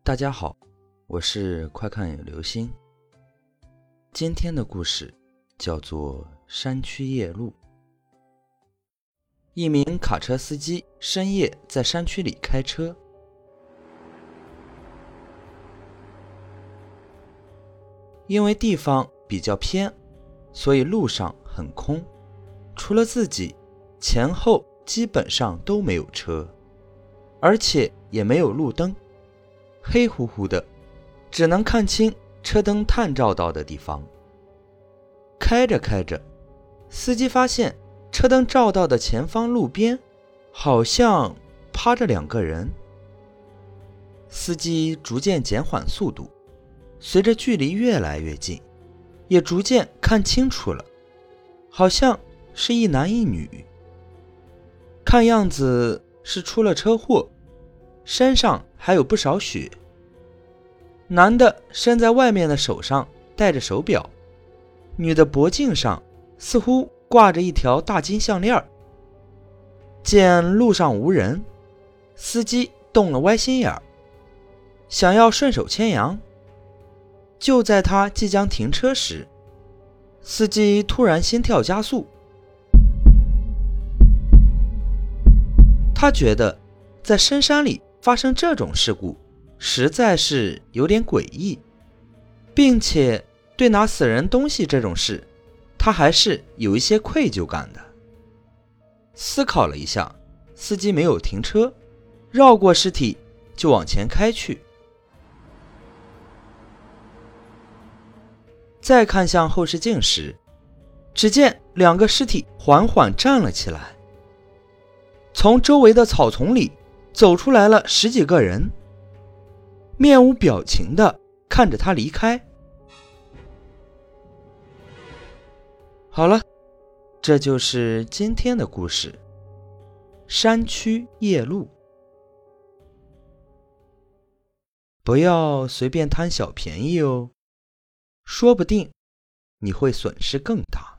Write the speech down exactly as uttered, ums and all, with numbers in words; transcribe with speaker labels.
Speaker 1: 大家好，我是快看有流星。今天的故事叫做山区夜路。一名卡车司机深夜在山区里开车，因为地方比较偏，所以路上很空，除了自己，前后基本上都没有车，而且也没有路灯，黑乎乎的，只能看清车灯探照到的地方。开着开着，司机发现车灯照到的前方路边好像趴着两个人。司机逐渐减缓速度，随着距离越来越近，也逐渐看清楚了，好像是一男一女。看样子是出了车祸，身上还有不少血。男的伸在外面的手上戴着手表，女的脖颈上似乎挂着一条大金项链。见路上无人，司机动了歪心眼，想要顺手牵羊。就在他即将停车时，司机突然心跳加速。他觉得在深山里发生这种事故实在是有点诡异，并且对拿死人东西这种事，他还是有一些愧疚感的。思考了一下，司机没有停车，绕过尸体就往前开去。再看向后视镜时，只见两个尸体缓缓站了起来，从周围的草丛里走出来了十几个人，面无表情地看着他离开。好了，这就是今天的故事，山区夜路。不要随便贪小便宜哦，说不定你会损失更大。